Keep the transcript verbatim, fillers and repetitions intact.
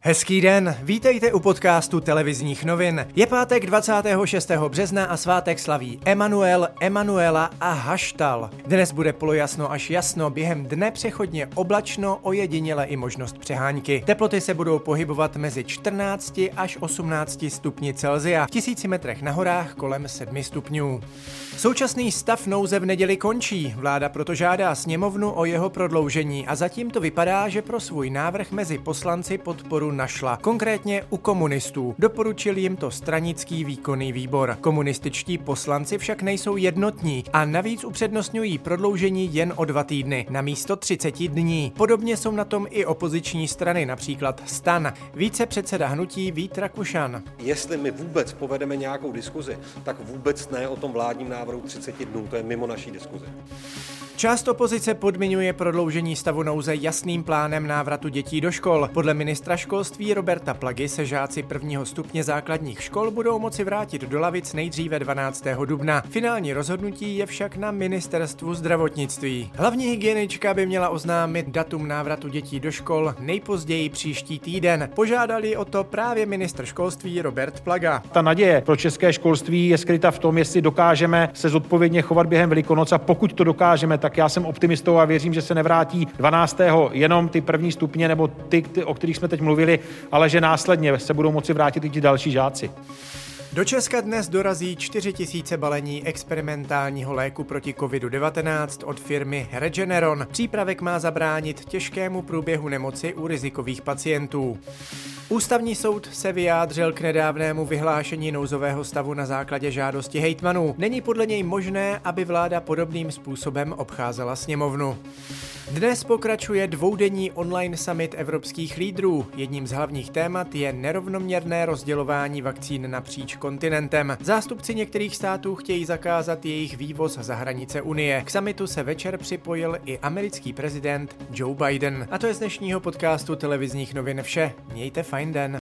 Hezký den, vítejte u podcastu televizních novin. Je pátek dvacátého šestého března a svátek slaví Emanuel, Emanuela a Haštal. Dnes bude polojasno až jasno, během dne přechodně oblačno, ojediněle i možnost přehánky. Teploty se budou pohybovat mezi čtrnácti až osmnácti stupni Celsia, v tisíci metrech na horách kolem sedmi stupňů. Současný stav nouze v neděli končí, vláda proto žádá sněmovnu o jeho prodloužení a zatím to vypadá, že pro svůj návrh mezi poslanci podporu našla. Konkrétně u komunistů. Doporučil jim to stranický výkonný výbor. Komunističtí poslanci však nejsou jednotní a navíc upřednostňují prodloužení jen o dva týdny, namísto třiceti dní. Podobně jsou na tom i opoziční strany, například STAN. Více předseda hnutí Vít Rakušan. Jestli my vůbec povedeme nějakou diskuzi, tak vůbec ne o tom vládním návrhu třiceti dnů, to je mimo naší diskuzi. Část opozice podmiňuje prodloužení stavu nouze jasným plánem návratu dětí do škol. Podle ministra školství Roberta Plagy se žáci prvního stupně základních škol budou moci vrátit do lavic nejdříve dvanáctého dubna. Finální rozhodnutí je však na ministerstvu zdravotnictví. Hlavní hygienička by měla oznámit datum návratu dětí do škol nejpozději příští týden. Požádali o to právě ministr školství Robert Plaga. Ta naděje pro české školství je skryta v tom, jestli dokážeme se zodpovědně chovat během Velikonoc, a pokud to dokážeme, tak já jsem optimistou a věřím, že se nevrátí dvanáctého jenom ty první stupně nebo ty, ty, o kterých jsme teď mluvili, ale že následně se budou moci vrátit i ti další žáci. Do Česka dnes dorazí čtyři tisíce balení experimentálního léku proti kovidu devatenáct od firmy Regeneron. Přípravek má zabránit těžkému průběhu nemoci u rizikových pacientů. Ústavní soud se vyjádřil k nedávnému vyhlášení nouzového stavu na základě žádosti hejtmanů. Není podle něj možné, aby vláda podobným způsobem obcházela sněmovnu. Dnes pokračuje dvoudenní online summit evropských lídrů. Jedním z hlavních témat je nerovnoměrné rozdělování vakcín napříč kontinentem. Zástupci některých států chtějí zakázat jejich vývoz za hranice Unie. K summitu se večer připojil i americký prezident Joe Biden. A to je z dnešního podcastu televizních novin vše. Mějte fajn den.